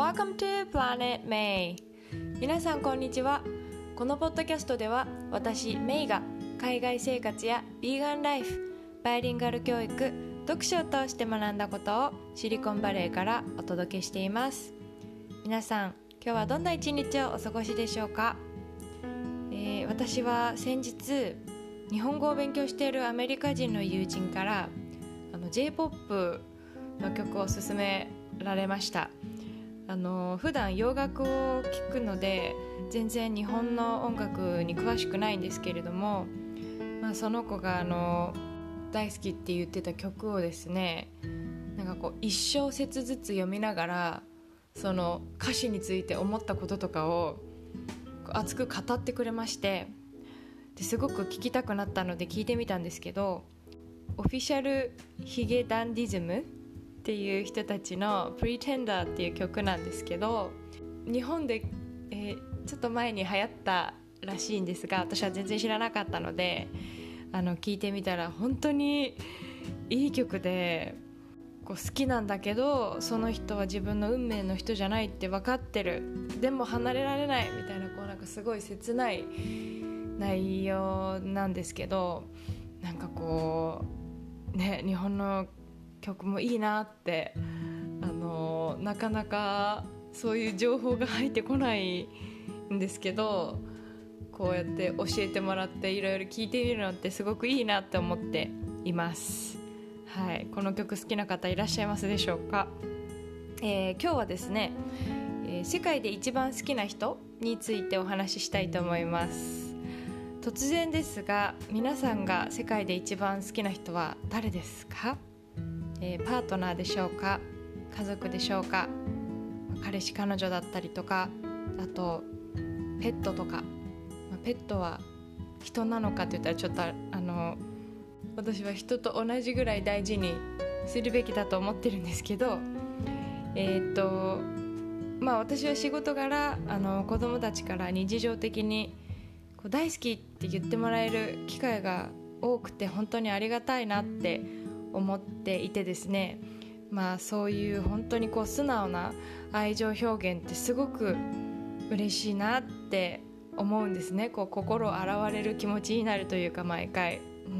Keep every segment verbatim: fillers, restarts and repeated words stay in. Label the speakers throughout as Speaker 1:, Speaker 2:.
Speaker 1: Welcome to Planet May。 皆さんこんにちは。このポッドキャストでは私メイが海外生活やビーガンライフ、バイリンガル教育、読書を通して学んだことをシリコンバレーからお届けしています。皆さん今日はどんな一日をお過ごしでしょうか。えー、私は先日日本語を勉強しているアメリカ人の友人からあの J-ポップ の曲を勧められました。あの普段洋楽を聴くので全然日本の音楽に詳しくないんですけれども、まあ、その子があの大好きって言ってた曲をですね、なんかこう一小節ずつ読みながらその歌詞について思ったこととかを熱く語ってくれまして、ですごく聞きたくなったので聞いてみたんですけど、オフィシャルヒゲダンディズムっていう人たちの Pretender っていう曲なんですけど、日本で、えー、ちょっと前に流行ったらしいんですが、私は全然知らなかったのであの聞いてみたら本当にいい曲で、こう好きなんだけどその人は自分の運命の人じゃないって分かってる、でも離れられないみたいな、こうなんかすごい切ない内容なんですけど、なんかこうね、日本の曲もいいなって、あのなかなかそういう情報が入ってこないんですけど、こうやって教えてもらっていろいろ聞いてみるのってすごくいいなって思っています。はい、この曲好きな方いらっしゃいますでしょうか。えー、今日はですね、えー、世界で一番好きな人についてお話ししたいと思います。突然ですが、皆さんが世界で一番好きな人は誰ですか？えー、パートナーでしょうか、家族でしょうか、彼氏彼女だったりとか、あとペットとか、まあ、ペットは人なのかって言ったらちょっとあの私は人と同じぐらい大事にするべきだと思ってるんですけど、えー、っとまあ私は仕事柄あの子供たちから日常的にこう大好きって言ってもらえる機会が多くて本当にありがたいなって思っていてですね、まあそういう本当にこう素直な愛情表現ってすごく嬉しいなって思うんですね。こう心洗われる気持ちになるというか、毎回、うん、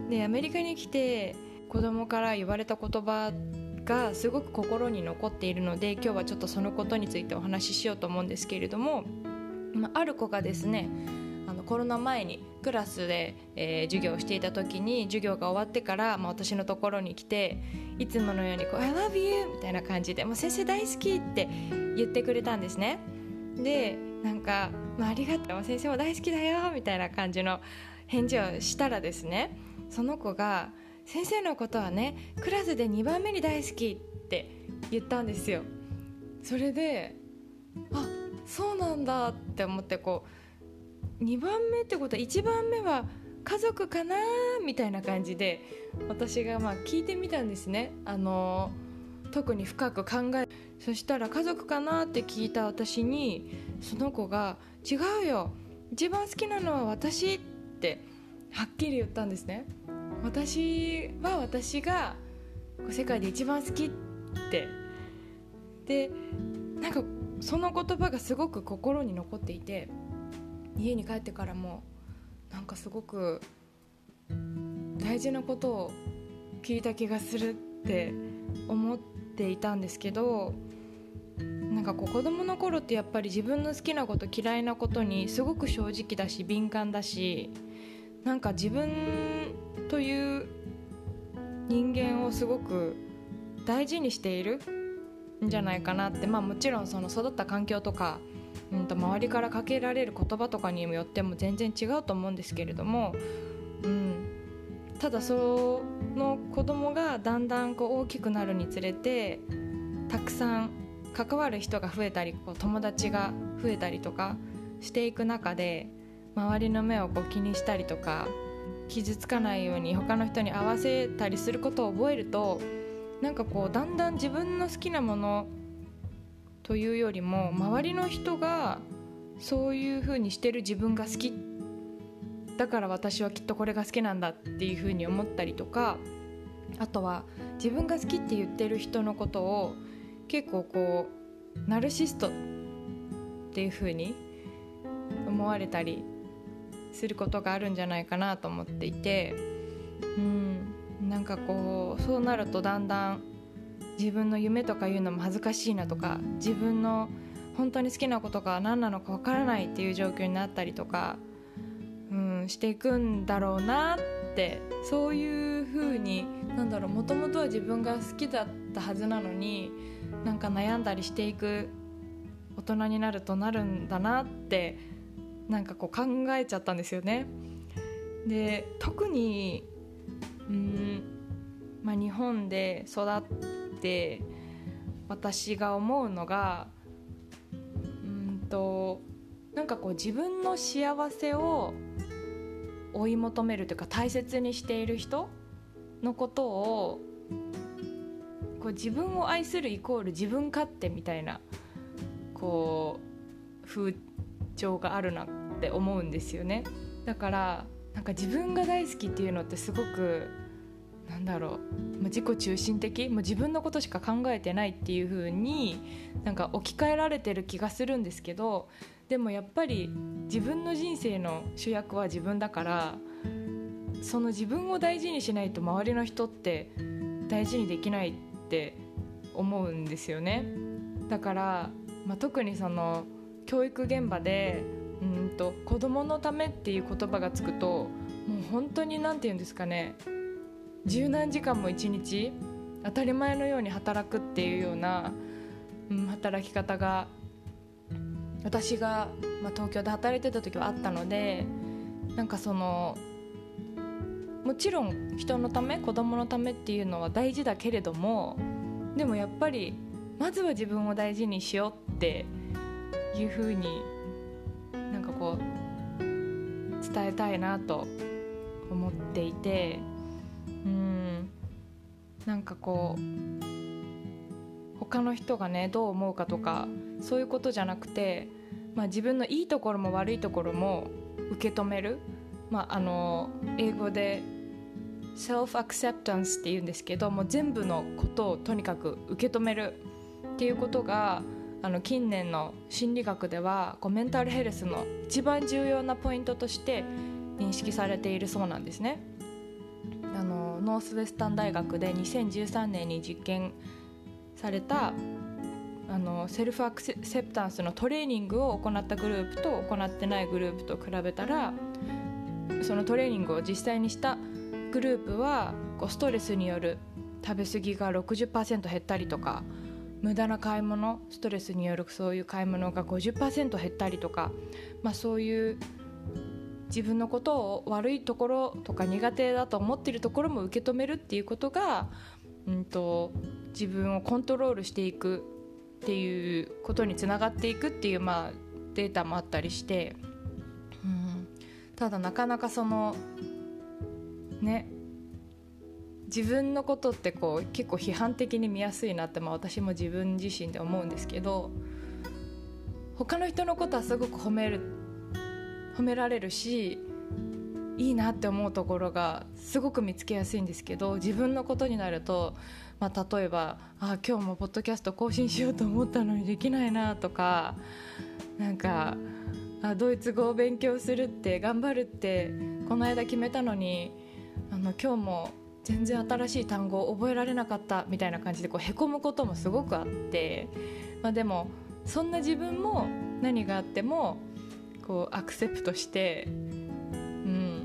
Speaker 1: でアメリカに来て子供から言われた言葉がすごく心に残っているので、今日はちょっとそのことについてお話ししようと思うんですけれども、まあ、ある子がですね、あのコロナ前にクラスで、えー、授業をしていた時に授業が終わってから、まあ、私のところに来ていつものようにこう I love you みたいな感じで、もう先生大好きって言ってくれたんですね。でなんか、まあ、ありがとう、先生も大好きだよみたいな感じの返事をしたらですね、その子が先生のことはねクラスでにばんめに大好きって言ったんですよ。それであ、そうなんだって思って、こうにばんめってことはいちばんめは家族かなみたいな感じで私がまあ聞いてみたんですね。あの特に深く考え、そしたら家族かなって聞いた私にその子が違うよ、一番好きなのは私ってはっきり言ったんですね。私は私が世界で一番好きって。でなんかその言葉がすごく心に残っていて、家に帰ってからもなんかすごく大事なことを聞いた気がするって思っていたんですけど、なんかこう子供の頃ってやっぱり自分の好きなこと嫌いなことにすごく正直だし敏感だし、なんか自分という人間をすごく大事にしているんじゃないかなって、まあもちろんその育った環境とか、うんと周りからかけられる言葉とかによっても全然違うと思うんですけれども、うん、ただその子供がだんだんこう大きくなるにつれてたくさん関わる人が増えたり、こう友達が増えたりとかしていく中で、周りの目をこう気にしたりとか傷つかないように他の人に合わせたりすることを覚えると、なんかこうだんだん自分の好きなものというよりも周りの人がそういう風にしてる自分が好きだから私はきっとこれが好きなんだっていう風に思ったりとか、あとは自分が好きって言ってる人のことを結構こナルシストっていう風に思われたりすることがあるんじゃないかなと思っていて、うん、なんかこうそうなるとだんだん自分の夢とか言うのも恥ずかしいなとか、自分の本当に好きなことが何なのかわからないっていう状況になったりとか、うん、していくんだろうなって、そういう風になんだろう、もともとは自分が好きだったはずなのになんか悩んだりしていく大人になるとなるんだなってなんかこう考えちゃったんですよね。で特にうーん、まあ、日本で育って私が思うのが、うんとなんかこう自分の幸せを追い求めるというか大切にしている人のことをこう自分を愛するイコール自分勝手みたいなこう風潮があるなって思うんですよね。だからなんか自分が大好きっていうのってすごくなんだろう、自己中心的、もう自分のことしか考えてないっていう風になんか置き換えられてる気がするんですけど、でもやっぱり自分の人生の主役は自分だから、その自分を大事にしないと周りの人って大事にできないって思うんですよね。だから、まあ、特にその教育現場でうんと子供のためっていう言葉がつくと、もう本当になんて言うんですかね、十何時間も一日当たり前のように働くっていうような、うん、働き方が私が、まあ、東京で働いてた時はあったので、なんかそのもちろん人のため子供のためっていうのは大事だけれども、でもやっぱりまずは自分を大事にしようっていう風になんかこう伝えたいなと思っていて、うーんなんかこう他の人がねどう思うかとかそういうことじゃなくて、まあ、自分のいいところも悪いところも受け止める、まあ、あの英語でself acceptance って言うんですけども、全部のことをとにかく受け止めるっていうことがあの近年の心理学ではこうメンタルヘルスの一番重要なポイントとして認識されているそうなんですね。あのノースウェスタン大学でにせんじゅうさんねんに実験されたあのセルフアクセプタンスのトレーニングを行ったグループと行ってないグループと比べたら、そのトレーニングを実際にしたグループはこうストレスによる食べ過ぎが ろくじゅっパーセント 減ったりとか、無駄な買い物、ストレスによるそういう買い物が ごじゅっパーセント 減ったりとか、まあ、そういう自分のことを悪いところとか苦手だと思っているところも受け止めるっていうことが、うんと、自分をコントロールしていくっていうことにつながっていくっていう、まあ、データもあったりして、うん、ただなかなかそのね自分のことってこう結構批判的に見やすいなって、まあ、私も自分自身で思うんですけど、他の人のことはすごく褒める褒められるしいいなって思うところがすごく見つけやすいんですけど、自分のことになると、まあ、例えばあ今日もポッドキャスト更新しようと思ったのにできないなとか、なんかあドイツ語を勉強するって頑張るってこの間決めたのにあの今日も全然新しい単語を覚えられなかったみたいな感じでこうへこむこともすごくあって、まあ、でもそんな自分も何があってもこうアクセプトして、うん、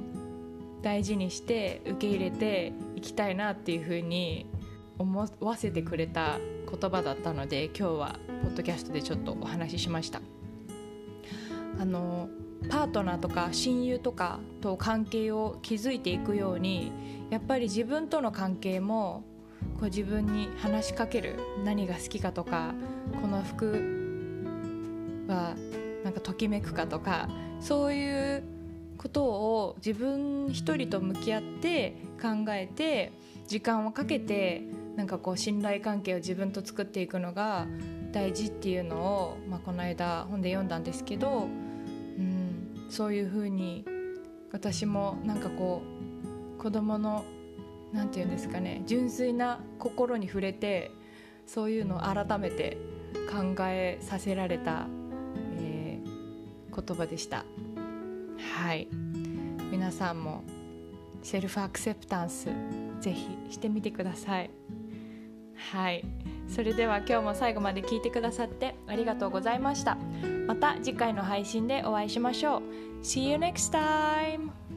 Speaker 1: 大事にして受け入れていきたいなっていうふうに思わせてくれた言葉だったので、今日はポッドキャストでちょっとお話ししました。あのパートナーとか親友とかと関係を築いていくように、やっぱり自分との関係もこう自分に話しかける、何が好きかとかこの服はなんかときめくかとか、そういうことを自分一人と向き合って考えて時間をかけてなんかこう信頼関係を自分と作っていくのが大事っていうのを、まあ、この間本で読んだんですけど、うん、そういう風に私もなんかこう子供のなんていうんですかね、純粋な心に触れてそういうのを改めて考えさせられた、えー、言葉でした。はい、皆さんもセルフアクセプタンスぜひしてみてください。はい、それでは今日も最後まで聞いてくださってありがとうございました。また次回の配信でお会いしましょう。See you next time!